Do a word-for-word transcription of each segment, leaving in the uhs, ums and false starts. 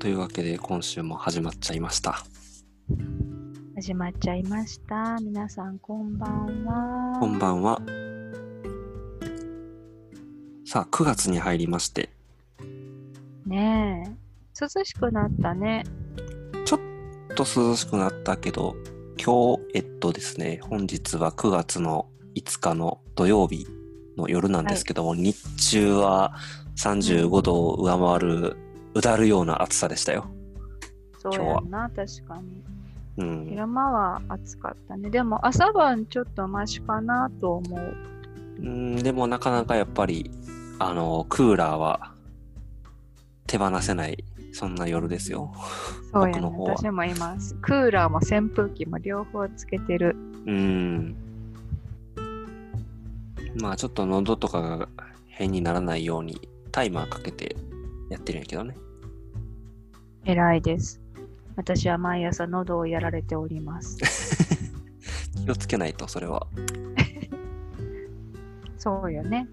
というわけで今週も始まっちゃいました。 始まっちゃいました。皆さんこんばんは。 こんばんは。さあくがつに入りまして。 ねえ、涼しくなったね。 ちょっと涼しくなったけど、今日えっとですね、本日はくがつのいつかの土曜日の夜なんですけども、はい、日中はさんじゅうごどを上回る、うだるような暑さでしたよ。 そうやんな、確かに。 うん、 昼間は暑かったね。でも朝晩ちょっとマシかなと思う。 うん、でもなかなかやっぱりあのクーラーは手放せない、そんな夜ですよ。 そうやね、私もいます。クーラーも扇風機も両方つけてる。 うん。まあちょっと喉とかが変にならないようにタイマーかけてやってるんやけどね。 偉いです。私は毎朝喉をやられております。 気をつけないと、それは。 そうよね。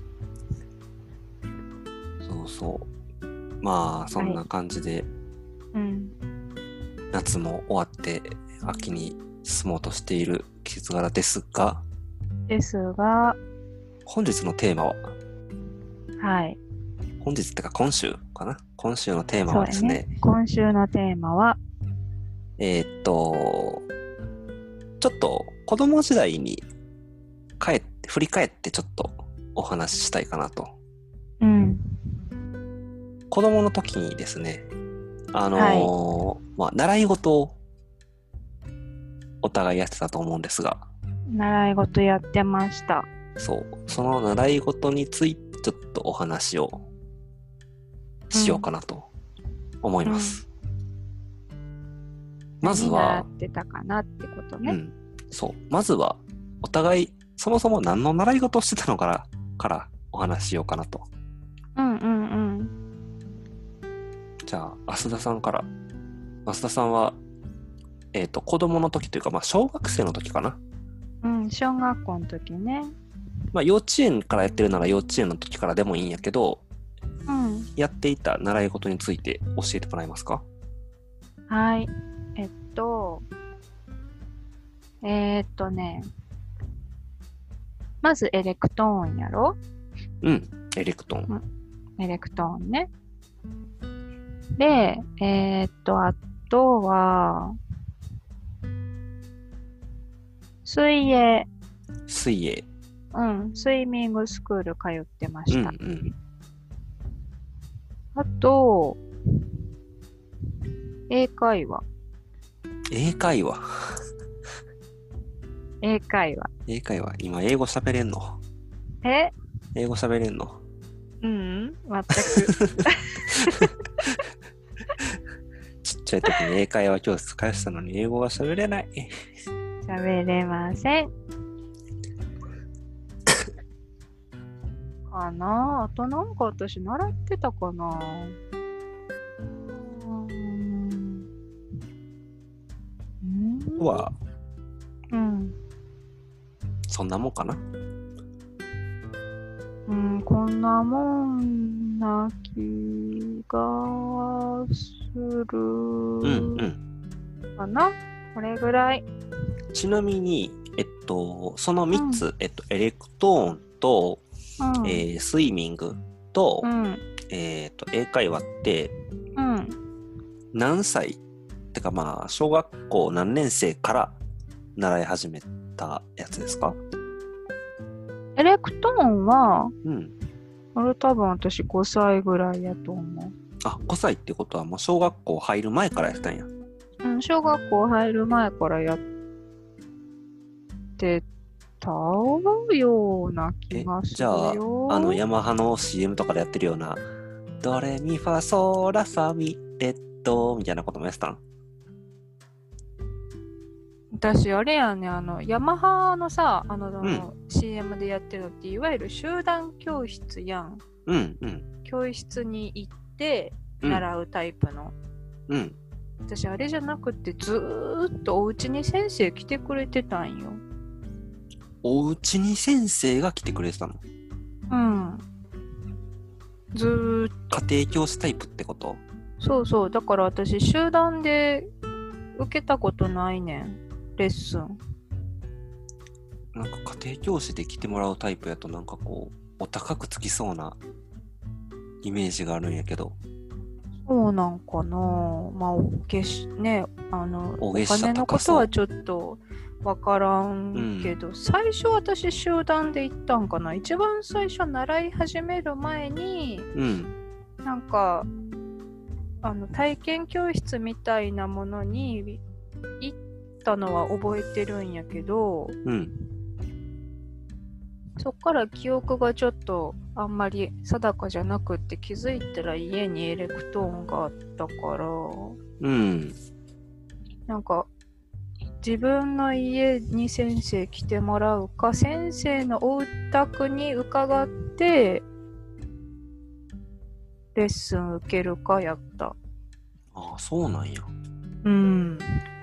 そうそう。まあそんな感じで、 はい、うん、 夏も終わって秋に進もうとしている季節柄ですが、 ですが、 本日のテーマは、 はい。 本日ってか今週かな。今週のテーマはですね。 ね、今週のテーマは、 えー、っとちょっと子供時代に帰って振り返ってちょっとお話ししたいかなと。 うん。 子供の時にですね、あのーはい、まあ習い事をお互いやってたと思うんですが。 習い事やってました。 そう、その習い事についてちょっとお話をしようかなと思います。うん、まずは、 何習ってたかなってことね。 うん、そう。まずはお互いそもそも何の習い事をしてたのからからお話ししようかなと。 うんうんうん。 じゃあ増田さんから。増田さんはえっと子供の時というか、まあ小学生の時かな。 うん、小学校の時ね。 まあ幼稚園からやってるなら幼稚園の時からでもいいんやけど、 うん、 やっていた習い事について教えてもらえますか？ はい。えっと、えー、っとね、まずエレクトーンやろ？ うん、エレクトーン。 うん、エレクトーンね。で、えー、っと、あとは、水泳。 水泳。 うん、スイミングスクール通ってました。 うんうん、 あと、英会話。 英会話。 英会話。 英会話。今英語喋れんの？ え？ 英語喋れんの？ うん、全く。 ちっちゃい時に英会話教室通ってたのに英語が喋れない。 喋れません。かなあ。あとなんか私習ってたかな。うーん。 うん。は、 うん。 そんなもんかな。 うん、こんなもんな気がする。うんうん。かな。これぐらい。 ちなみに、えっと、そのみっつ、うん、えっと、エレクトーンと、うん、えー、スイミングと、うん、えっと、英会話って、うん、何歳ってかまあ、小学校何年生から習い始めたやつですか？ エレクトーンは、 うん、 あれ多分私ごさいぐらいやと思う。 あ、ごさいってことはもう小学校入る前からやったんや。 うん、小学校入る前からやってたような気がするよ。 じゃあ、あのヤマハの シーエム とかでやってるようなドレミファソラサミレッドみたいなこともやってたん？ 私あれやね、あのヤマハのさ、あの、うん、シーエム でやってるのっていわゆる集団教室やん。 うんうん。 教室に行って習うタイプの。 うん。うん、 私あれじゃなくてずーっとお家に先生来てくれてたんよ。 お家に先生が来てくれてたの？ うん。ずーっと。 家庭教師タイプってこと？ そうそう。だから私、集団で受けたことないねん。レッスン。 なんか家庭教師で来てもらうタイプやとなんかこうお高くつきそうなイメージがあるんやけど。 そうなんかな。まあ、おけし、ね、あの、おお月謝金の高そうことはちょっとわからんけど、 うん最初私集団で行ったんかな。一番最初習い始める前に、 うん。 なんか、あの、体験教室みたいなものに行ったのは覚えてるんやけど、 うん。 そっから記憶がちょっとあんまり定かじゃなくって気づいたら家にエレクトーンがあったから、 うん。 なんか自分の家に先生来てもらうか、先生のお宅に伺ってレッスン受けるかやった。 ああ、そうなんや。 うん。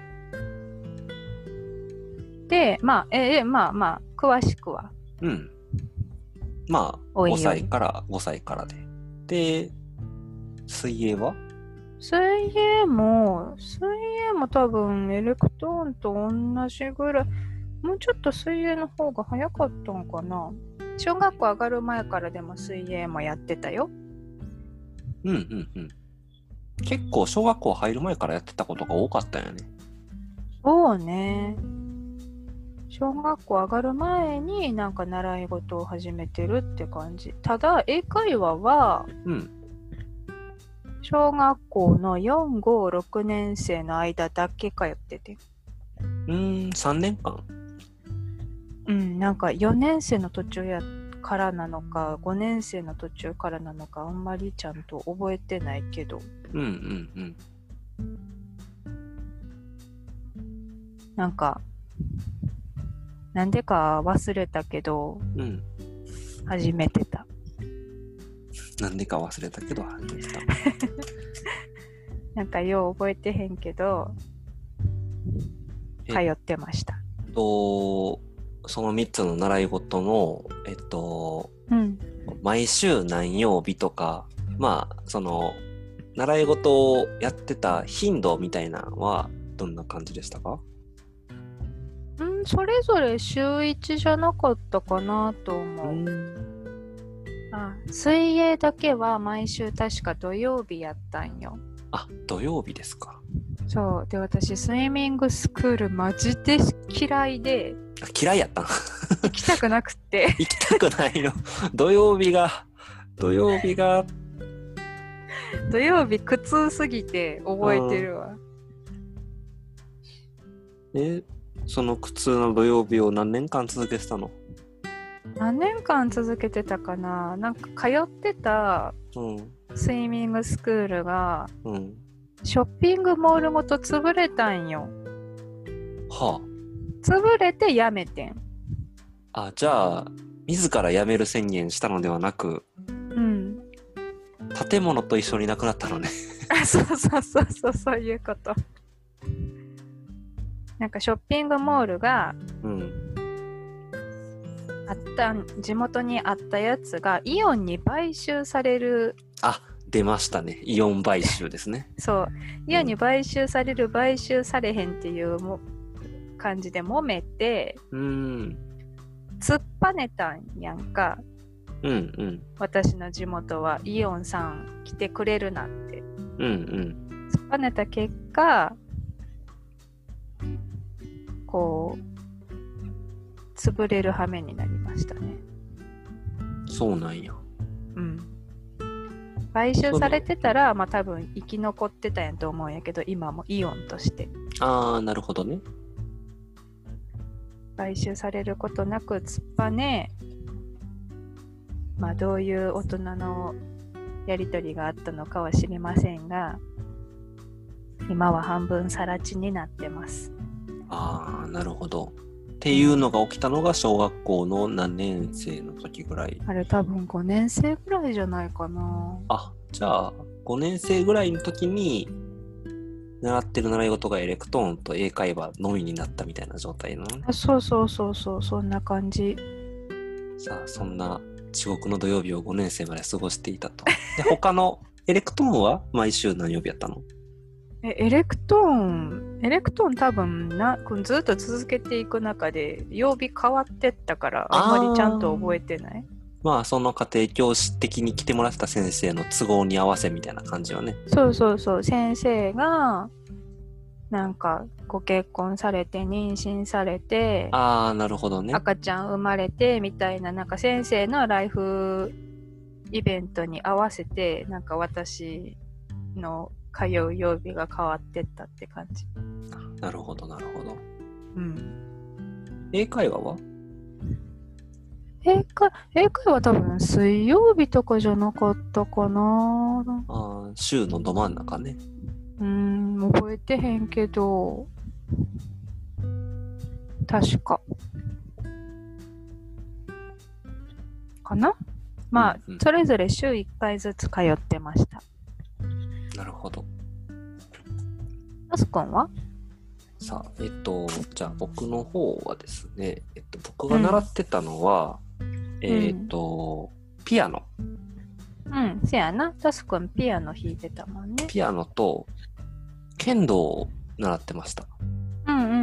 で、まあ、えー、まあまあ、詳しくは。 うん。まあ、 おいおいごさいからごさいからで。で、水泳は水泳も、水泳も多分エレクトーンと同じぐらい、もうちょっと水泳の方が早かったんかな。小学校上がる前からでも水泳もやってたよ。 うんうんうん。結構小学校入る前からやってたことが多かったんやね。 そうね。小学校上がる前になんか習い事を始めてるって感じ。ただ、英会話は、 うん。 小学校のよん、ご、ろくねん生の間だけ通ってて。 うーん、さんねんかん。 うん、なんかよねん生の途中やからなのか、ごねん生の途中からなのか、あんまりちゃんと覚えてないけど。 うんうんうん。 なんか、なんでか忘れたけど、 うん。 始めてた。 なんでか忘れたけど始めてた。 なんかよう覚えてへんけど、通ってました。 えっと、そのみっつの習い事の、えっと、 うん、 毎週何曜日とか、まあ、その、習い事をやってた頻度みたいなのはどんな感じでしたか？ うん、それぞれ週いちじゃなかったかなと思う。 うんあ、水泳だけは毎週確か土曜日やったんよ。 あ、土曜日ですか。 そう。で、私、スイミングスクールマジで嫌いで、 嫌いやったん行きたくなくって。 行きたくないの。土曜日が、土曜日が、 土曜日苦痛すぎて覚えてるわ。 え、その苦痛の土曜日を何年間続けてたの？ 何年間続けてたかな。なんか通ってたスイミングスクールが、 うん、 ショッピングモールごと潰れたんよ。 はあ。潰れて辞めてん。 あ、じゃあ自ら辞める宣言したのではなく、 うん。 建物と一緒になくなったのね。 あ、そうそうそうそう、そういうこと。なんかショッピングモールが、うん、あった地元にあったやつがイオンに買収される。 あ、出ましたね。イオン買収ですね。 そう、イオンに買収される、うん、買収されへんっていうも感じで揉めて、うーん、突っぱねたんやんか。うんうん。私の地元はイオンさん来てくれるなって。うんうん。突っぱねた結果、こう潰れる羽目になりましたね。 そうなんや。 うん。買収されてたら、まあ多分生き残ってたんやと思うんやけど、今もイオンとして。 ああ、なるほどね。 買収されることなく突っぱね、まあどういう大人のやりとりがあったのかは知りませんが、今は半分更地になってます。 ああ、なるほど。っていうのが起きたのが小学校の何年生の時ぐらい？ あれ多分ごねん生ぐらいじゃないかな。 あ、じゃあごねん生ぐらいの時に習ってる習い事がエレクトーンと英会話のみになったみたいな状態なのね。 あ、そうそうそうそう、そんな感じ。 さあ、そんな地獄の土曜日をごねん生まで過ごしていたと。で、他のエレクトーンは毎週何曜日やったの？ え、エレクトーン、エレクトーン多分な、ずっと続けていく中で、曜日変わってったから、あんまりちゃんと覚えてない。 まあ、その家庭教師的に来てもらってた先生の都合に合わせみたいな感じよね。 そうそうそう、先生が、なんか、ご結婚されて、妊娠されて、 ああ、なるほどね。 赤ちゃん生まれて、みたいな、なんか先生のライフイベントに合わせて、なんか私の通う曜日が変わってったって感じ。 なるほど、なるほど。 うん。 英会話は？ 英会、英会話多分水曜日とかじゃなかったかな。 ああ、週のど真ん中ね。 うーん、覚えてへんけど、確か。かな？まあ、うんうん、それぞれ週いっかいずつ通ってました。 なるほど。 あすくんは？ さあ、えっと、じゃあ僕の方はですね、えっと、僕が習ってたのは、うん、えっと、うん、ピアノ。 うん、せやな。たすくんピアノ弾いてたもんね。 ピアノと、剣道を習ってました。 うんうんうん。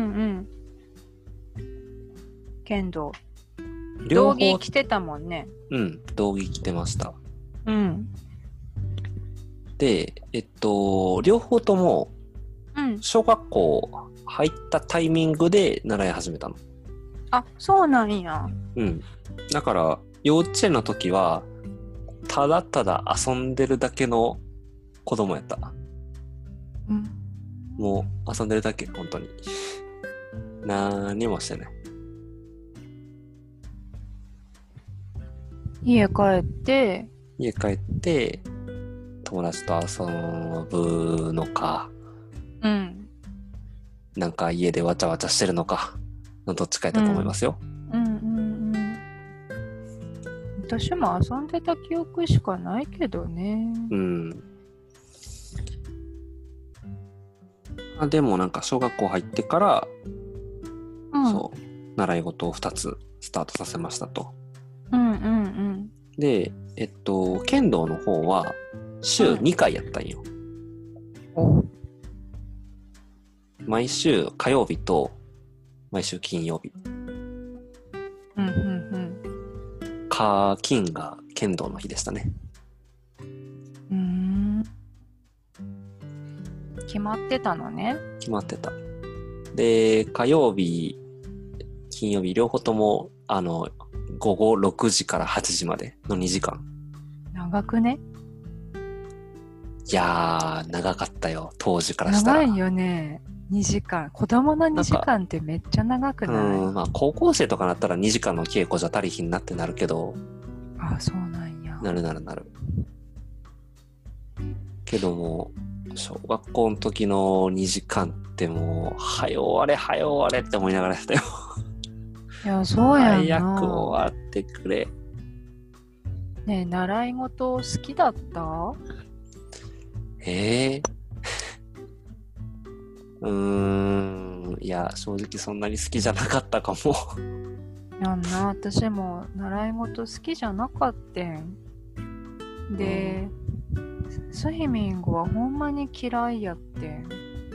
剣道。道着着てたもんね。 うん、道着着てました。 うん。 で、えっと、両方とも、 うん、 小学校入ったタイミングで習い始めたの。 あ、そうなんや。 うん。だから、幼稚園の時は、ただただ遊んでるだけの子供やった。 うん。 もう遊んでるだけ、本当に。何もしてない。 家帰って、 家帰って、友達と遊ぶのか、 うん。 なんか家でわちゃわちゃしてるのか、のどっちかやったと思いますよ。 うん、うんうんうん。私も遊んでた記憶しかないけどね。 うん。あ、でもなんか小学校入ってから、うん、そう、習い事をふたつスタートさせましたと。 うんうんうん。 で、えっと、剣道の方は週にかいやったんよ。 うん、 毎週火曜日と毎週金曜日。 うんうんうん。 火金が剣道の日でしたね。 うーん。決まってたのね。 決まってた。で、火曜日、金曜日両方ともあの午後ろくじからはちじまでのにじかん。 長くね？ いやー、長かったよ、当時からしたら。 長いよね。にじかん。子供のにじかんってめっちゃ長くない？ うん、まあ高校生とかなったらにじかんの稽古じゃ足りひんなってなるけど。 ああ、そうなんや。 なるなるなる。けども、小学校の時のにじかんってもう、はよ終われ、はよ終われって思いながらやったよ。 いや、そうやんな。 早く終わってくれ。 ねえ、習い事好きだった？ ええー。うーん、いや、正直そんなに好きじゃなかったかも。 やんな、私も習い事好きじゃなかったん。で、うん、スイミングはほんまに嫌いやってん。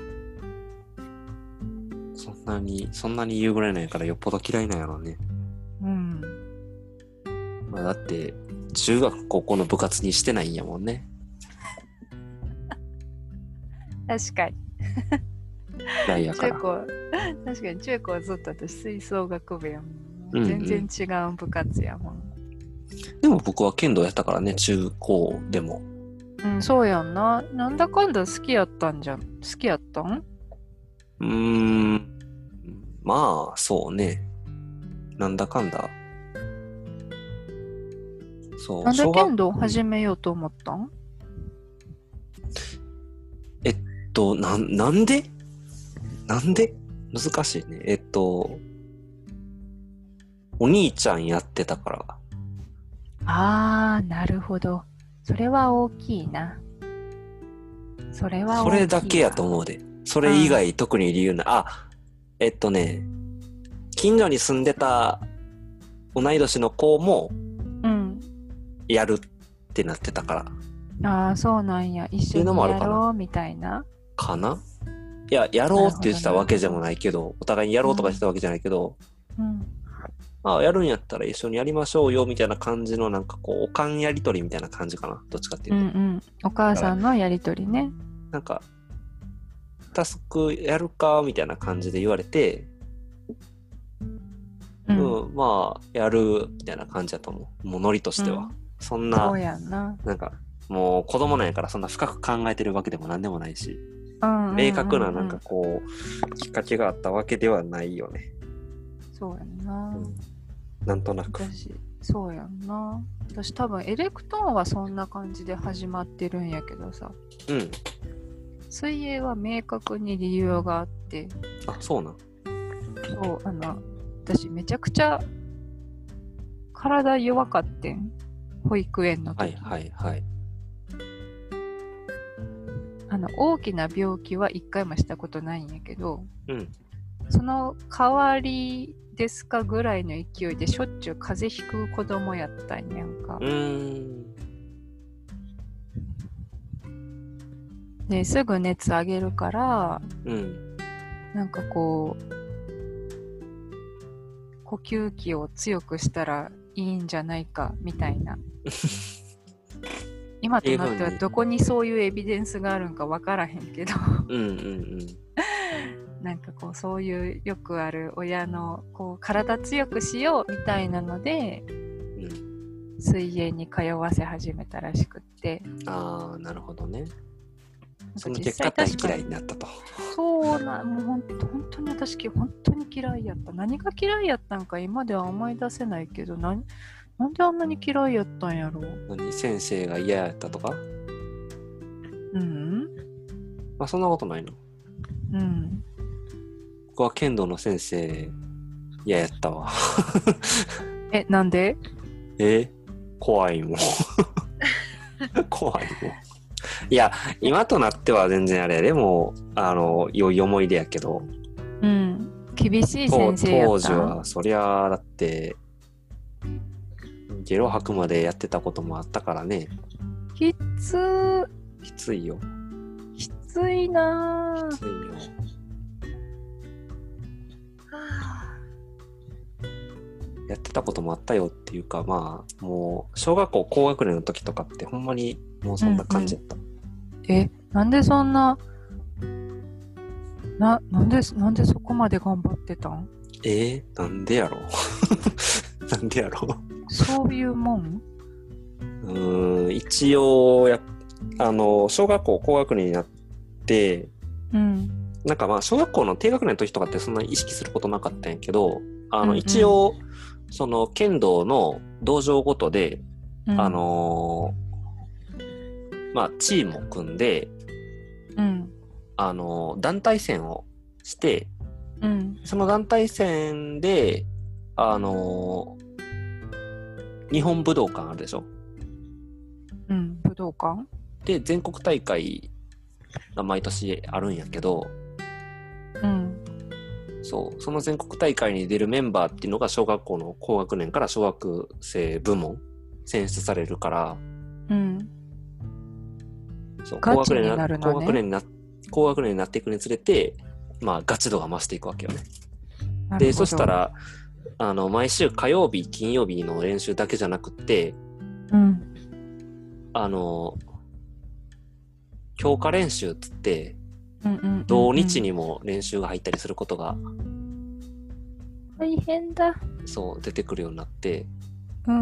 そんなに、そんなに言うぐらいなんやからよっぽど嫌いなんやろうね。 うん。 まあだって、中学高校の部活にしてないんやもんね。 確かに。 嫌いやから。 中高、確かに中高ずっと私吹奏楽部やもん。うんうん、全然違う部活やもん。 でも僕は剣道やったからね、中高でも。 うん、そうやんな。なんだかんだ好きやったんじゃん。好きやったん？ うーん。まあ、そうね。なんだかんだ。そう。 なんで剣道始めようと思ったん？ えっと、な、なんでなんで難しいね。えっと、お兄ちゃんやってたから。 あー、なるほど。それは大きいな。それは大きいな。 それだけやと思うで。それ以外特に理由ない。あ、えっとね、近所に住んでた同い年の子も、 うん。 やるってなってたから。 ああ、そうなんや。一緒にやろうみたいな。 かないや、やろうって言ってたわけでもないけど、お互いにやろうとかしてたわけじゃないけど、うん。ああ、やるんやったら一緒にやりましょうよみたいな感じのなんかこう、おかんやりとりみたいな感じかな。どっちかっていうと。うんうん。 お母さんのやりとりね。 なんか、タスクやるかみたいな感じで言われて、うん、うん、まあ、やるみたいな感じだと思う。もうノリとしては。うん、そんな、 そうやんな。 なんか、もう子供なんやからそんな深く考えてるわけでもなんでもないし、うんうんうんうん、明確ななんかこう、きっかけがあったわけではないよね。 そうやんな。うん、 なんとなく。 私、そうやんな。私多分エレクトーンはそんな感じで始まってるんやけどさ。うん。水泳は明確に理由があって。 あ、そうなん。 そう、あの、私めちゃくちゃ体弱かってん。保育園の時。はいはいはい。あの、大きな病気は一回もしたことないんやけど、うん。その代わりですかぐらいの勢いでしょっちゅう風邪ひく子供やったんやんか。うーん。ですぐ熱上げるから、うん、なんかこう呼吸器を強くしたらいいんじゃないかみたいな今となってはどこにそういうエビデンスがあるんか分からへんけどうんうん、うん、なんかこうそういうよくある親のこう体強くしようみたいなので、うん、水泳に通わせ始めたらしくって。 ああ、なるほどね。その結果大嫌いになったと。 そうな、もうほん本当に私本当に嫌いやった。何が嫌いやったんか今では思い出せないけど、ななんであんなに嫌いやったんやろう。 何、先生が嫌やったとか？うん。まあそんなことないの。うん。僕は剣道の先生嫌やったわ。 え、なんで？ え、怖いもん。怖いもん。いや、今となっては全然あれでもあの良い思い出やけど、 うん、厳しい先生やった。 当時はそりゃだってゲロ吐くまでやってたこともあったからね。 きつー。 きついよ。 きついなー。 きついよ。やってたこともあったよっていうか、まあもう小学校高学年の時とかってほんまにもうそんな感じやった。うんうん、 え、なんでそんな、な、なんで、なんでそこまで頑張ってたん？ えー、なんでやろなんでやろそういうもん？ うーん、一応や、あの、小学校高学年になって、うん、なんかまあ、小学校の低学年の時とかってそんなに意識することなかったんやけど、あの、うんうん、一応、その、剣道の道場ごとで、うん、あのー、まあ、チームを組んで、うん、あの団体戦をして、うん、その団体戦であの日本武道館あるでしょ。 うん、武道館で全国大会が毎年あるんやけど、うん、そうその全国大会に出るメンバーっていうのが小学校の高学年から小学生部門選出されるから、うん、そう高学年になるのね。高学年にな高学年になっていくにつれて、まあガチ度が増していくわけよね。で、そしたらあの毎週火曜日、金曜日の練習だけじゃなくって、うん、あの強化練習っつって、うんうんうんうん、土日にも練習が入ったりすることが大変だ。 そう出てくるようになって、うん、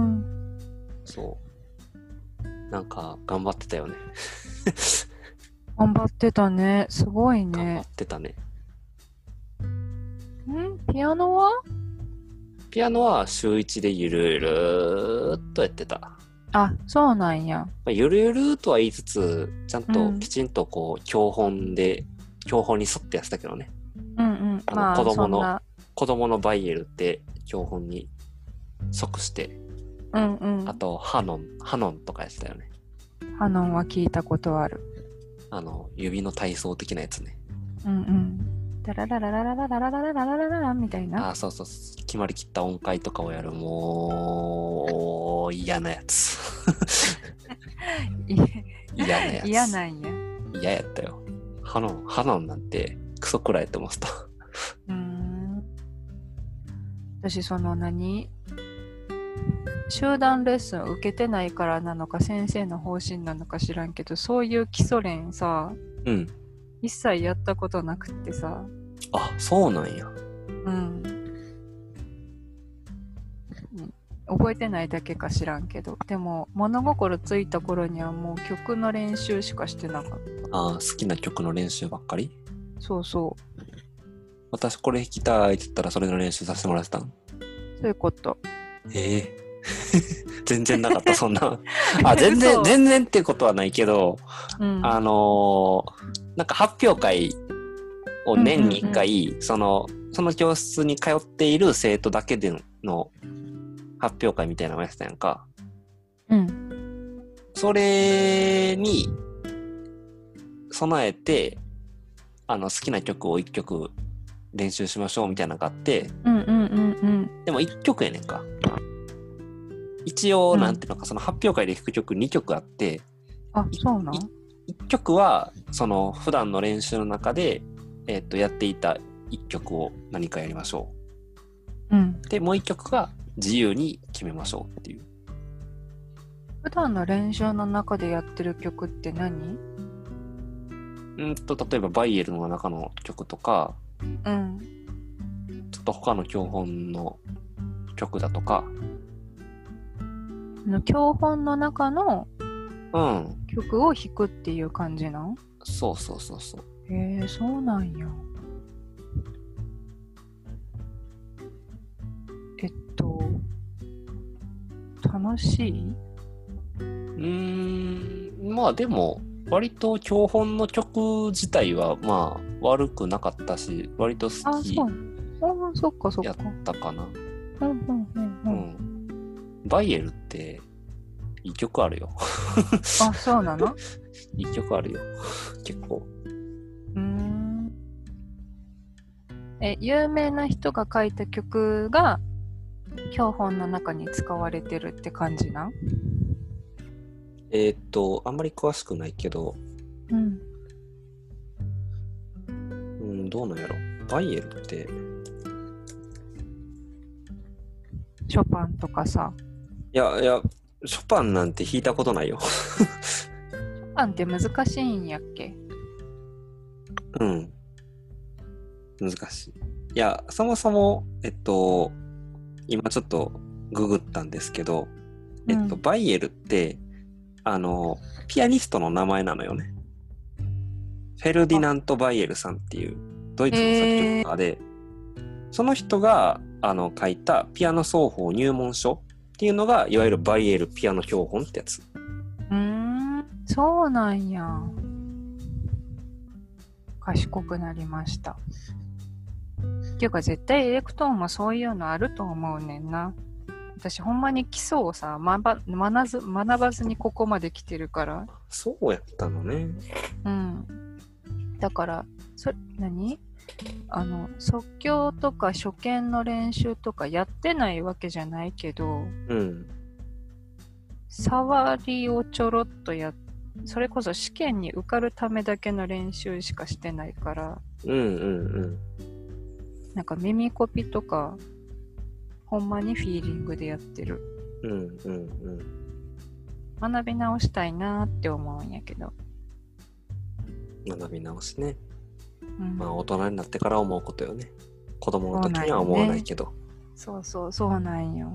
そうなんか頑張ってたよね。 頑張ってたね。すごいね。 頑張ってたね。 ん？ピアノは？ ピアノは週一でゆるゆるっとやってた。 あ、そうなんや。 まあ、ゆるゆるとは言いつつ、ちゃんときちんとこう、教本で、教本に沿ってやってたけどね。うんうん。あの、まあ、子供の、子供のバイエルって教本に即して、うんうん。あと、ハノン、ハノンとかやってたよね。 ハノンは聞いたことある。 あの指の体操的なやつね。 うんうん。ダララララララララララララララみたいな。 あ、そうそう。決まりきった音階とかをやるもう嫌なやつ。 嫌なやつ。 嫌なんや。 嫌やったよ。ハノン、ハノンなんてクソくらいって思ってた。 うーん。私その何集団レッスン受けてないからなのか先生の方針なのか知らんけど、そういう基礎練さ、 うん、 一切やったことなくってさ。 あ、そうなんや。 うん。覚えてないだけか知らんけど、でも物心ついた頃にはもう曲の練習しかしてなかった。 ああ、好きな曲の練習ばっかり？ そうそう。 私これ弾きたいって言ったらそれの練習させてもらってたん？ そういうこと。 ええー、全然なかったそんな。あ、全然全然ってことはないけど、うん、あのー、なんか発表会を年にいっかい、うんうんうん、そのその教室に通っている生徒だけでの発表会みたいなのをやってたやんか。 うん。 それに備えて、あの好きな曲をいっきょく練習しましょうみたいなのがあって、 うんうんうんうん。 でもいっきょくやねんか。一応、なんていうのか、その発表会で弾く曲にきょくあって、 あ、そうなん？ いっきょくは、その普段の練習の中で、えっと、やっていたいっきょくを何かやりましょう。うん。 で、もういっきょくが自由に決めましょうっていう。 普段の練習の中でやってる曲って何？ うんと、例えばバイエルの中の曲とか、 うん。 ちょっと他の教本の曲だとか。 の教本の中の曲を弾くっていう感じなん？ そうそうそうそう。 へえ、そうなんや。えっと、楽しい？ うーん、まあでも、割と教本の曲自体はまあ悪くなかったし、割と好き。 あ、そう。あ、そっかそっか。 やったかな。 うんうんうんうん。うん、 バイエルっていい曲あるよ。 あ、そうなの？ いい曲あるよ。結構。 うーん。え、有名な人が書いた曲が教本の中に使われてるって感じなん？ えー、っと、あんまり詳しくないけど、 うん。 うん、どうなんやろ。バイエルって、 ショパンとかさ。 いやいや、ショパンなんて弾いたことないよ。 ショパンって難しいんやっけ？ うん。難しい。いや、そもそも、えっと、今ちょっとググったんですけど、えっと、うん、バイエルって、あの、ピアニストの名前なのよね。フェルディナント・バイエルさんっていうドイツの作曲家で、その人があの書いたピアノ奏法入門書っていうのがいわゆるバイエルピアノ教本ってやつ。 うーん、そうなんや。賢くなりました。っていうか絶対エレクトーンもそういうのあると思うねんな。私ほんまに基礎をさ、まば、学ばず、学ばずにここまで来てるから。 そうやったのね。 うん。だから、そ、何？あの、即興とか初見の練習とかやってないわけじゃないけど、 うん。 触りをちょろっとやっ、それこそ試験に受かるためだけの練習しかしてないから。 うんうんうん。 なんか耳コピとか、ほんまにフィーリングでやってる。 うんうんうん。 学び直したいなーって思うんやけど。 学び直しね。 うん、 まあ大人になってから思うことよね。子供の時には思わないけど。 そうそうそうなんよ。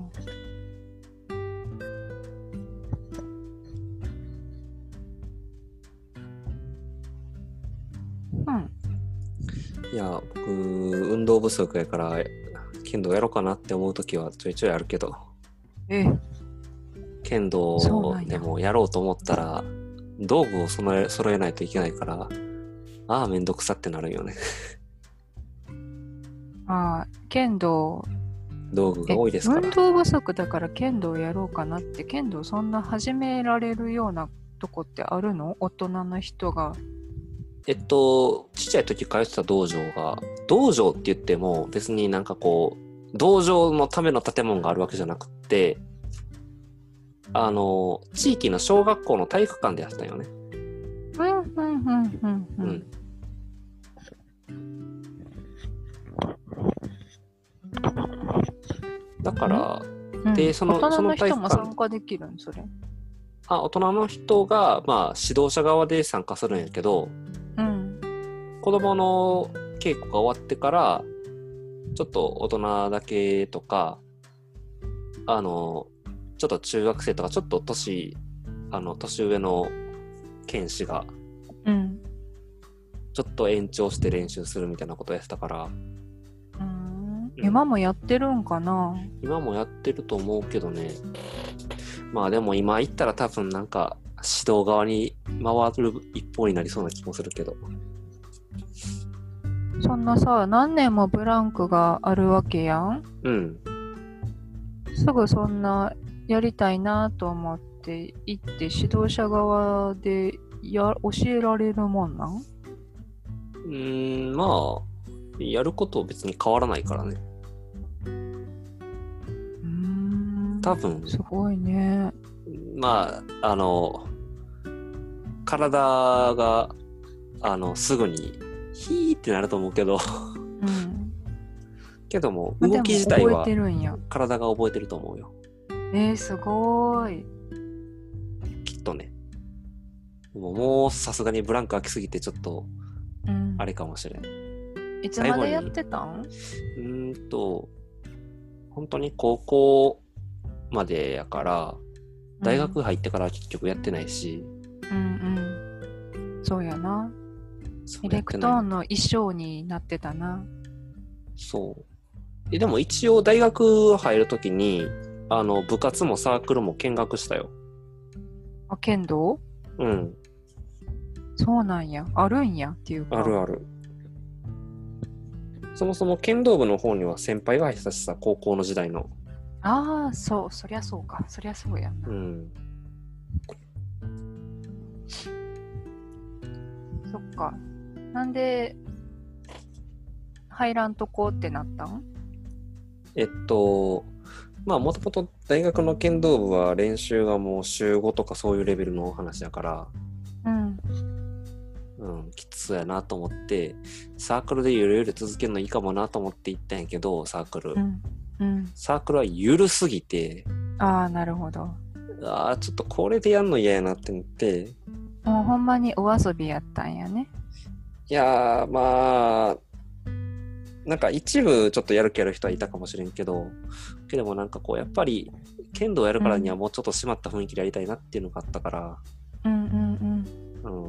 うん。 いや、僕運動不足やから剣道やろうかなって思う時はちょいちょいあるけど。 え剣道でもやろうと思ったら道具を揃え、揃えないといけないから、ああめんどくさってなるよね。 ああ、剣道道具が多いですから。 運動不足だから剣道やろうかなって。剣道そんな始められるようなとこってあるの？大人の人が。 えっとちっちゃい時通ってた道場が、道場って言っても別になんかこう道場のための建物があるわけじゃなくって、あの地域の小学校の体育館でやってたよね。 うんうんうんうんうん。 だから、 うん、 でその大人の人その体育館、 も参加できるんそれ。 あ、大人の人がまあ指導者側で参加するんやけど、 うん、 子供の稽古が終わってからちょっと大人だけとか、あのちょっと中学生とかちょっと年あの年上の剣士が、 うん、 ちょっと延長して練習するみたいなことやってたから、 うん、今もやってるんかな。 今もやってると思うけどね。まあでも今行ったら多分なんか指導側に回る一方になりそうな気もするけど。 そんなさ、何年もブランクがあるわけやん。 うん。 すぐそんなやりたいなと思って行って指導者側でや教えられるもんなん？ うーん、まあやること別に変わらないからね。 うーん。 多分。 すごいね。 まああの体があのすぐにヒーってなると思うけど、うん、けども動き自体は体が覚えてると思うよ。 えー、すごい。 きっとね。もうもうさすがにブランク空きすぎてちょっとあれかもしれん。 うん、いつまでやってたん？ うーんと本当に高校までやから、大学入ってから結局やってないし。 うんうん。そうやな。エレクトーンの衣装になってたな。 そう。えでも一応大学入るときにあの部活もサークルも見学したよ。 あ、剣道？ うん。 そうなんや。あるんやっていうか。 あるある。そもそも剣道部の方には先輩が入ってたしさ、高校の時代の。 ああ、そう、そりゃそうか。そりゃそうやな。うん。そっか。なんで入らんとこってなったん？ えっと、まあもともと大学の剣道部は練習がもう週ごとかそういうレベルの話だから、うん。うん、きつそうやなと思って、サークルでゆるゆる続けるのいいかもなと思って行ったんやけど、サークル。うんうん、サークルはゆるすぎて。 ああ、なるほど。 ああ、ちょっとこれでやんの嫌やなって思って。 もうほんまにお遊びやったんやね。 いやー、まあ、なんか一部ちょっとやる気ある人はいたかもしれんけど、けどもなんかこう、やっぱり剣道やるからにはもうちょっと締まった雰囲気でやりたいなっていうのがあったから。うんうんうん。うん。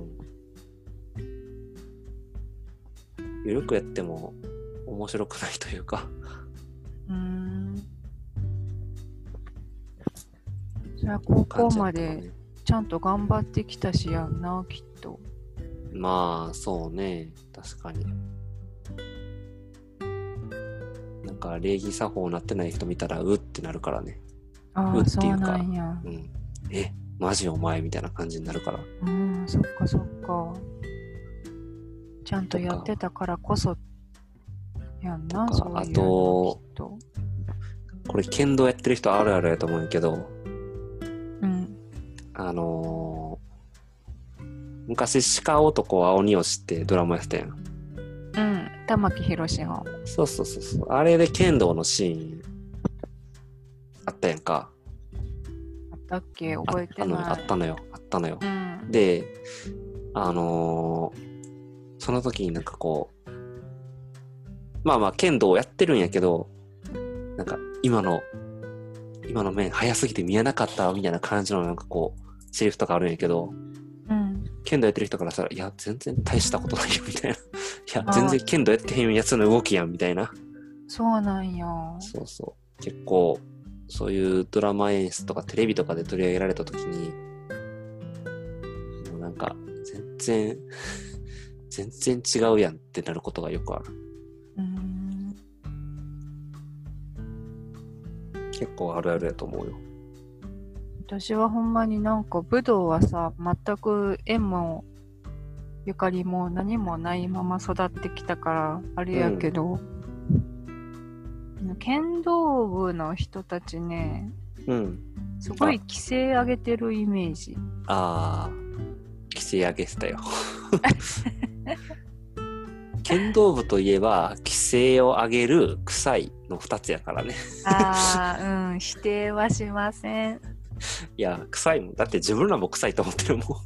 ゆるくやっても面白くないというか。うーん。 それは高校までちゃんと頑張ってきたしやんな、きっと。 まあそうね、確かに。なんか礼儀作法なってない人見たらうってなるからね。 ああ、そうなんや。 うん。え、マジお前みたいな感じになるから。 うん、そっかそっか。ちゃんとやってたからこそやんな、そういうの。あと、 これ剣道やってる人あるあるやと思うんやけど、うん。あのー、昔鹿男青鬼押しってドラマやってたやん。 うん、玉木宏の。 そうそうそうそう。あれで剣道のシーンあったやんか。 あったっけ？覚えてない。 あ, あ, あったのよ。あったのよ。うん、で、あのー、その時になんかこう、まあまあ剣道をやってるんやけど、なんか今の今の面早すぎて見えなかったみたいな感じのなんかこうセリフとかあるんやけど、うん、剣道やってる人からしたらいや全然大したことないよみたいな、いや全然剣道やってへんやつの動きやんみたいな。 そうなんや。 そうそう、結構そういうドラマ演出とかテレビとかで取り上げられた時にもうなんか全然全然違うやんってなることがよくある。うーん、結構あるあるやと思うよ。 私はほんまになんか武道はさ、全く縁もゆかりも何もないまま育ってきたからあれやけど、うん、剣道部の人たちね、うん、すごい規制上げてるイメージ。 ああ、 規制上げてたよ。剣道部といえば規制を上げる臭いのふたつやからね。 ああ、うん、否定はしません。 いや臭いもん、だって自分らも臭いと思ってるもん。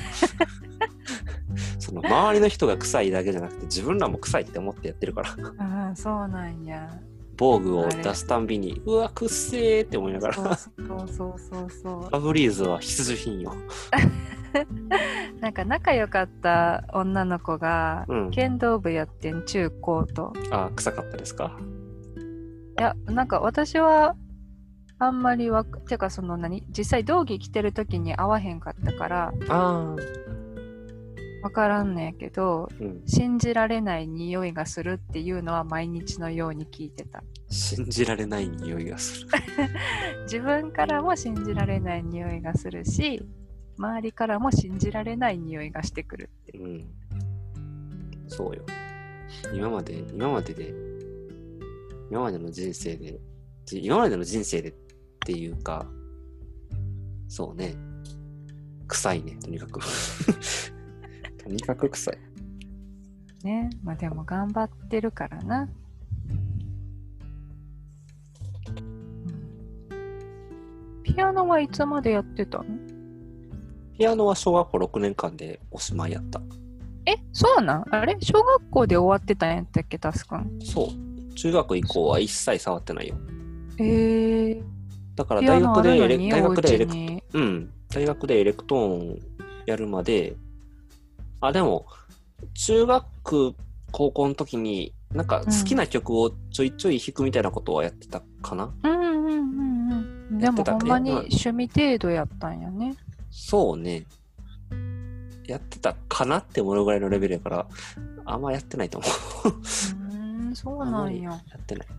その周りの人が臭いだけじゃなくて自分らも臭いって思ってやってるから。 ああ、そうなんや。 防具を出すたんびにうわくっせーって思いながら。 そうそうそうそうそう。 ファブリーズは必需品よ。 なんか仲良かった女の子が、うん、剣道部やってん、中高と。 あ、臭かったですか？ いや、なんか私はあんまりわか、てかその何、実際道着着てる時に会わへんかったから、あわからんねやけど、うん、信じられない匂いがするっていうのは毎日のように聞いてた。 信じられない匂いがする。 自分からも信じられない匂いがするし、周りからも信じられない匂いがしてくるって。うん。 そうよ。今まで、今までで、今までの人生で、今までの人生でっていうか、そうね。臭いね、とにかく。とにかく臭い。 ね、まあでも頑張ってるからな。うん、ピアノはいつまでやってたの？ ピアノは小学校ろくねんかんでおしまいやった。 え、そうなん？あれ小学校で終わってたんやったっけ、タスくん。 そう。中学以降は一切触ってないよ。 えー。 だから大学でエレ大学でエレクトうん大学でエレクトーンやるまで、あでも中学高校の時になんか好きな曲をちょいちょい弾くみたいなことはやってたかな。 うんうんうんうん。でもほんまに趣味程度やったんやね。 そうね。やってたかなって思うぐらいのレベルやから、あんまやってないと思う。うーん、そうなんや。 やってない。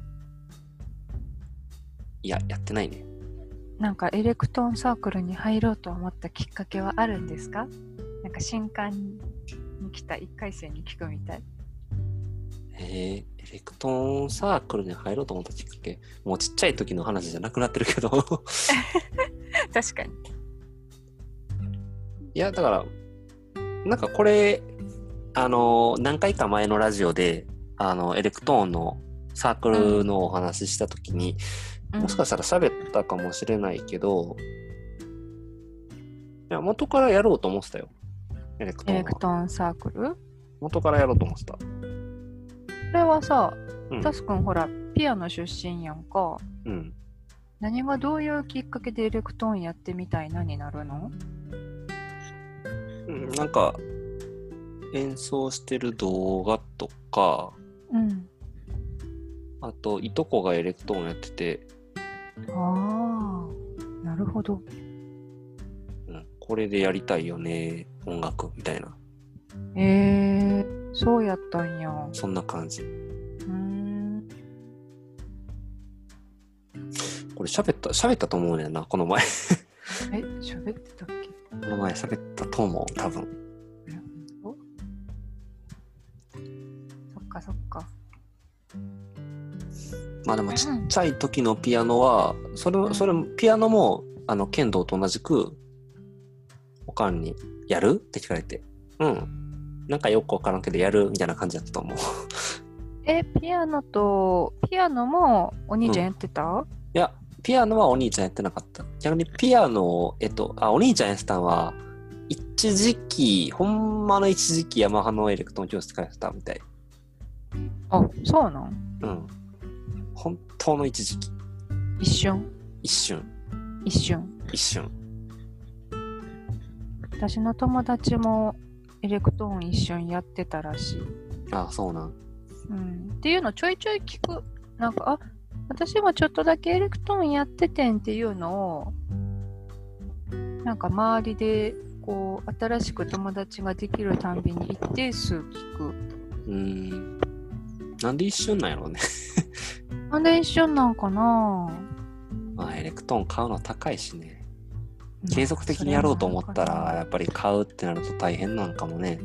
いや、やってないね。 なんかエレクトーンサークルに入ろうと思ったきっかけはあるんですか？なんか新刊に来たいっかい生に聞くみたい。 えー、エレクトーンサークルに入ろうと思ったきっかけ、もうちっちゃい時の話じゃなくなってるけど。確かに。 いや、だから、なんかこれ、あの、何回か前のラジオで、あの、エレクトーンのサークルのお話ししたときに、うん、もしかしたら喋ったかもしれないけど、いや、元からやろうと思ってたよ。エレクトーン。 エレクトーンサークル？ 元からやろうと思ってた。これはさ、うん、タスくんほら、ピアノ出身やんか。うん。何がどういうきっかけでエレクトーンやってみたいなになるの？ うん、なんか演奏してる動画とか、うん、あといとこがエレクトーンやってて、 ああ、なるほど、 うん、これでやりたいよね音楽みたいな。 えー、そうやったんや。 そんな感じ。うーん、これ喋った喋ったと思うねんなこの前。 え、喋ってたっけ？ この前喋ったと思う、多分。 そっかそっか。 まあでもちっちゃい時のピアノは、それそれピアノもあの剣道と同じくおかんにやるって聞かれて、うん、なんかよくわからんけどやるみたいな感じだったと思う。 え、ピアノとピアノもお兄ちゃんやってた？うん、 いや。ピアノはお兄ちゃんやってなかった。逆にピアノを、えっと、あ、お兄ちゃんやってたのは、一時期、ほんまの一時期ヤマハのエレクトーン教室通ってたみたい。 あ、そうなん？ うん。本当の一時期。 一瞬？ 一瞬。 一瞬。 一瞬。 私の友達もエレクトーン一瞬やってたらしい。 あ、そうなん。 うん。っていうのちょいちょい聞く。なんか、あ、私もちょっとだけエレクトーンやっててんっていうのをなんか周りでこう新しく友達ができるたんびに一定数聞く。うーん、なんで一瞬なんやろうね。 なんで一瞬なんかな。 まあエレクトーン買うの高いしね、継続的にやろうと思ったらやっぱり買うってなると大変なんかもね。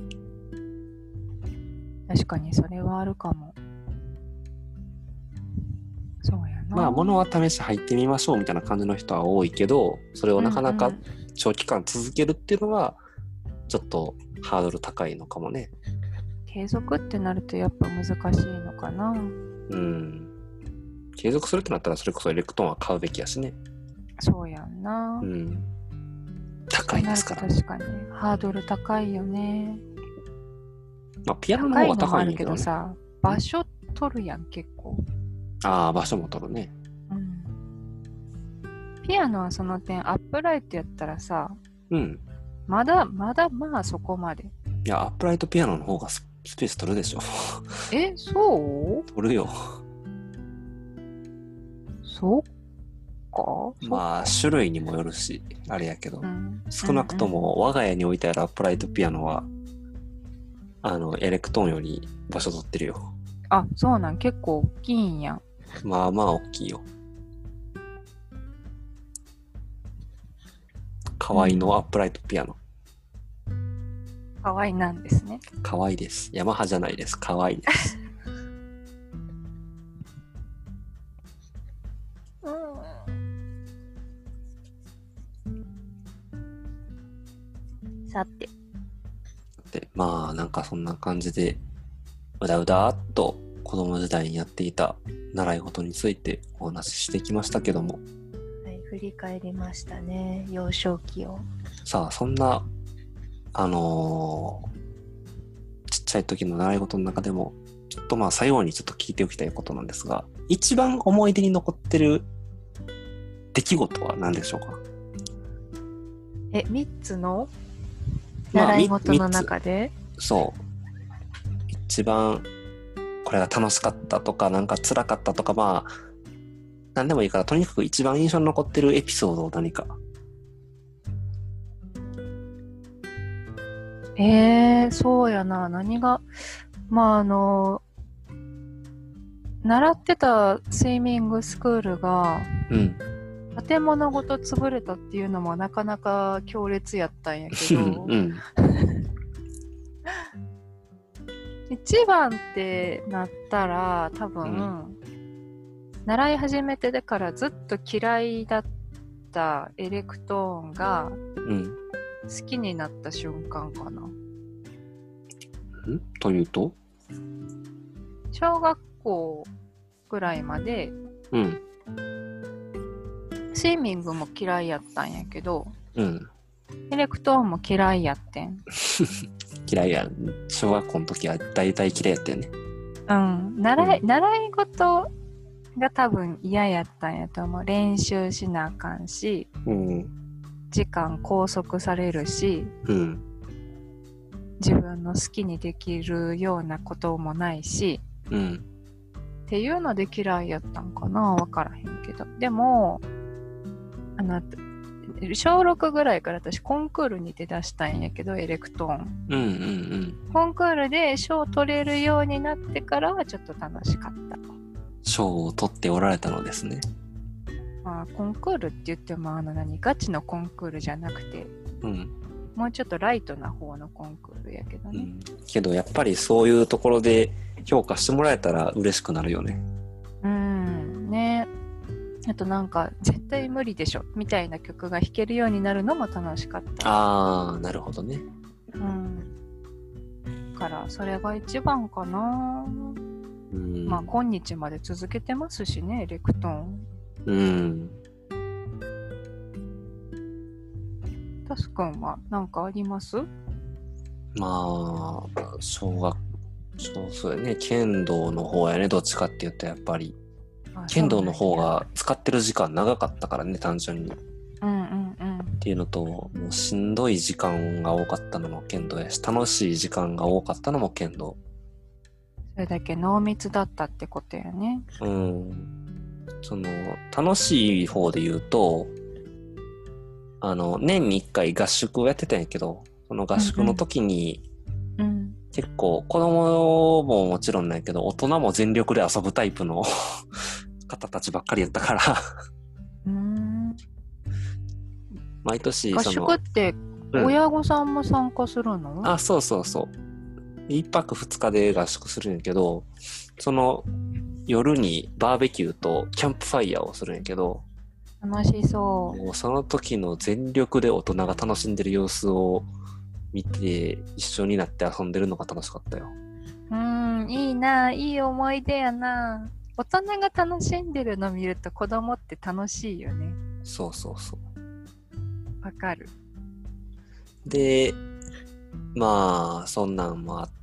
確かにそれはあるかも。そうやな。 まあ物は試し入ってみましょうみたいな感じの人は多いけど、それをなかなか長期間続けるっていうのはちょっとハードル高いのかもね。 継続ってなるとやっぱ難しいのかな。 うん。継続するってなったらそれこそエレクトーンは買うべきやしね。 そうやんな。 うん。高いですから、ね。 確かにハードル高いよね。 まあピアノの方が高いんだけど、ね、 高いのもあるけどさ、場所取るやん結構。 ああ、場所も取るね。 うん。ピアノはその点アップライトやったらさ、 うん。 まだまだまあそこまで。 いや、アップライトピアノの方がスペース取るでしょ。 え、そう？ 取るよ。 そうか？ まあ種類にもよるし、あれやけど、うん、少なくとも我が家に置いてあるアップライトピアノは、あのエレクトーンより場所取ってるよ。 あ、そうなん、結構大きいんや。 まあまあ大きいよ。可愛いのアップライトピアノ。 可愛いなんですね。 可愛いです。ヤマハじゃないです。可愛いです。 うん、さて。 で、まあなんかそんな感じでうだうだっと子供時代にやっていた習い事についてお話ししてきましたけども。 はい、振り返りましたね。幼少期を。 さあそんなあのー、ちっちゃい時の習い事の中でもちょっとまあ最後にちょっと聞いておきたいことなんですが、一番思い出に残ってる出来事は何でしょうか？ え、みっつの習い事の中で、 まあ、そう一番これが楽しかったとかなんか辛かったとか、まあ何でもいいからとにかく一番印象に残ってるエピソードを何か。 えー、そうやな。何が、まああの習ってたスイミングスクールが、 うん、 建物ごと潰れたっていうのもなかなか強烈やったんやけど、うん、一番ってなったら多分、うん、習い始めてだからずっと嫌いだったエレクトーンが好きになった瞬間かな。 うん、というと？ 小学校ぐらいまで、 うん、 スイミングも嫌いやったんやけど、 うん、 エレクトーンも嫌いやってん。 嫌いや。小学校の時は大体嫌いやったよね。 うん。習い、うん、習い事が多分嫌やったんやと思う。練習しなあかんし、 うん、 時間拘束されるし、 うん、 自分の好きにできるようなこともないし、 うん、 っていうので嫌いやったんかな、わからへんけど。でもあの小ろくぐらいから私コンクールに出だしたんやけど、エレクトーン、 うんうんうん、 コンクールで賞を取れるようになってからはちょっと楽しかった。 賞を取っておられたのですね。 まあコンクールって言ってもあの何ガチのコンクールじゃなくて、 うん、 もうちょっとライトな方のコンクールやけどね、うん、 けどやっぱりそういうところで評価してもらえたら嬉しくなるよね。 うんね。あとなんか絶対無理でしょみたいな曲が弾けるようになるのも楽しかった。 ああ、なるほどね。 うん。だからそれが一番かな。うん。まあ今日まで続けてますしね、エレクトーン。 うん。 タスくんは何かあります？ まあ小学そうそうやね、剣道の方やね。どっちかって言うとやっぱり剣道の方が使ってる時間長かったからね、単純に。 うんうんうん。 っていうのと、もうしんどい時間が多かったのも剣道やし、楽しい時間が多かったのも剣道。 それだけ濃密だったってことやね。 うん。その楽しい方で言うと、あの年にいっかい合宿をやってたんやけど、その合宿の時に、 うんうん、 結構子供ももちろんなんやけど、大人も全力で遊ぶタイプの方たちばっかりやったからうーん、 毎年合宿って親御さんも参加するの？ うん、あ、そうそうそう。いっぱくふつかで合宿するんやけど、その夜にバーベキューとキャンプファイヤーをするんやけど、 楽しそう。 もうその時の全力で大人が楽しんでる様子を見て一緒になって遊んでるのが楽しかったよ。 うん、いいな、いい思い出やな。大人が楽しんでるの見ると子供って楽しいよね。 そうそうそう。 わかる。 で、まあそんなんもあって、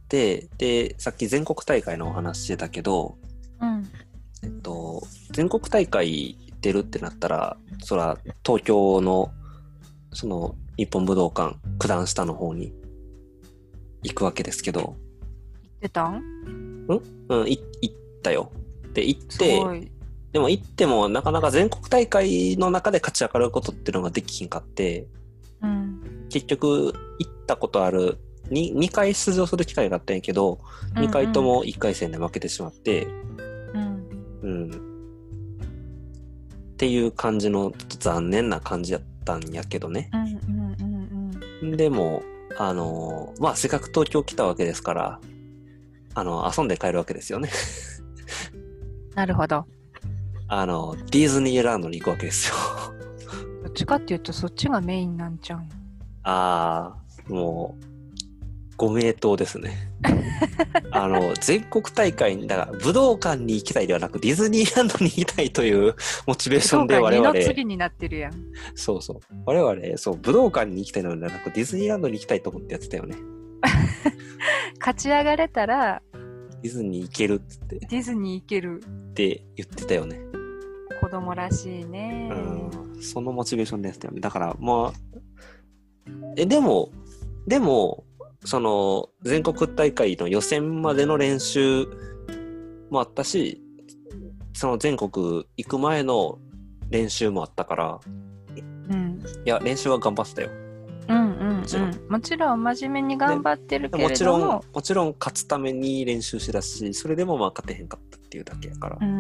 でさっき全国大会のお話してたけど、 うん、 えっと全国大会出るってなったら、そら東京のその日本武道館九段下の方に行くわけですけど。行ってたん？ ん？うん、い行ったよ。で行って、でも行ってもなかなか全国大会の中で勝ち上がることっていうのができひんかって、 うん、 結局行ったことある 2, 2回出場する機会があったんやけど、うんうん、にかいともいっかい戦で負けてしまって、 うんうん、っていう感じの残念な感じやったんやけどね、 うんうんうんうん、 でもあのまあせっかく東京来たわけですから、あの遊んで帰るわけですよね。 なるほど。 あのディズニーランドに行くわけですよ。 どっちかっていうとそっちがメインなんちゃう？ ああ、もうご名答ですね。あの全国大会にだから武道館に行きたいではなくディズニーランドに行きたいというモチベーションで我々。 武道館二の次になってるやん。 そうそう。我々そう武道館に行きたいのではなくディズニーランドに行きたいと思ってやってたよね。 勝ち上がれたらディズニー行けるっつって。 ディズニー行けるって言ってたよね。 子供らしいね。 うん、そのモチベーションでやってたよね。だからまあえでもでもその全国大会の予選までの練習もあったし、その全国行く前の練習もあったから、 うん、 いや練習は頑張ってたよ。 うんうんうん、もちろんもちろん真面目に頑張ってるけれども、 もちろんもちろん勝つために練習してたし、それでもまあ勝てへんかったっていうだけやから。 うん、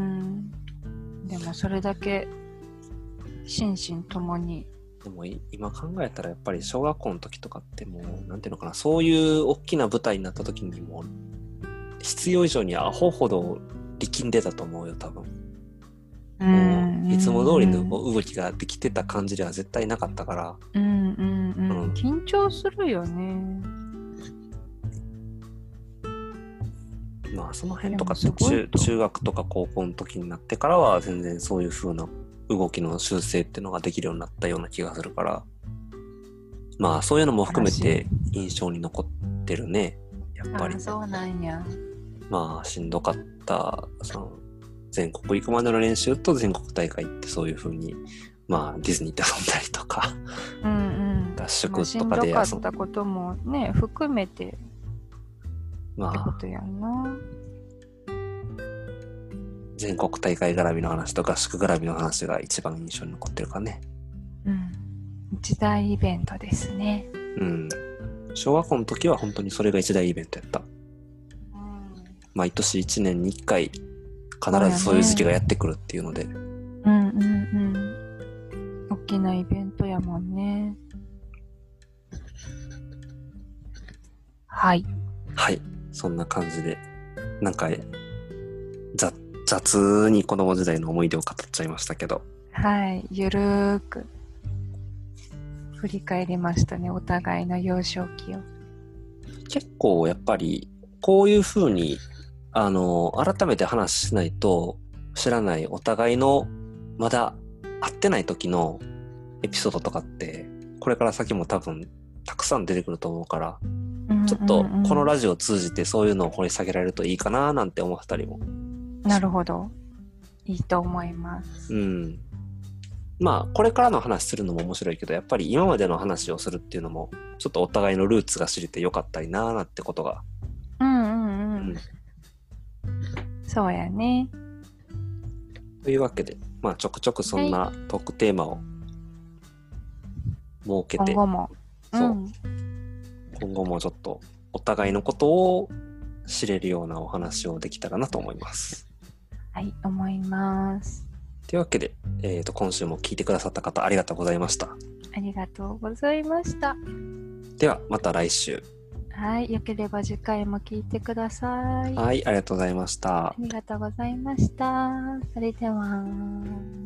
でもそれだけ心身ともに。 でも今考えたらやっぱり小学校の時とかってもうなんていうのかな、そういう大きな舞台になった時にも必要以上にアホほど力んでたと思うよ多分。 うん、 もういつも通りの動きができてた感じでは絶対なかったから。 うんうんうん、うん、緊張するよね。 まあその辺とかって 中, 中学とか高校の時になってからは全然そういう風な動きの修正っていうのができるようになったような気がするから、まあそういうのも含めて印象に残ってるねやっぱり。 あ、そうなんや。 まあしんどかったその全国行くまでの練習と全国大会ってそういう風にまあディズニーで遊んだりとか、 うんうん、 合宿とかで遊んだ、まあ、 しんどかったこともね含めてまあってことやんな。 全国大会絡みの話と合宿絡みの話が一番印象に残ってるからね。 うん。一大イベントですね。 うん。小学校の時は本当にそれが一大イベントやった。うん、毎年いちねんにいっかい必ずそういう時期がやってくるっていうので。うんうんうん。大きなイベントやもんね。はい。 はい。そんな感じで、なんか雑雑に子供時代の思い出を語っちゃいましたけど、 はい、ゆるーく振り返りましたね、お互いの幼少期を。 結構やっぱりこういう風にあの改めて話しないと知らないお互いのまだ会ってない時のエピソードとかってこれから先も多分たくさん出てくると思うから、うんうんうん、ちょっとこのラジオを通じてそういうのを掘り下げられるといいかななんて思ったりも。 なるほど、いいと思います。 うん。まあこれからの話するのも面白いけど、やっぱり今までの話をするっていうのもちょっとお互いのルーツが知れてよかったりなーなんてことが。 うんうんうん。うん、そうやね。 というわけで、まあちょくちょくそんなトークテーマを設けて、 今後も、 そう、うん、今後もちょっとお互いのことを知れるようなお話をできたらなと思います。 はい、思います。 というわけで、えーと、今週も聞いてくださった方ありがとうございました。 ありがとうございました。 ではまた来週。 はい、よければ次回も聞いてください。 はい、ありがとうございました。 ありがとうございました。それでは。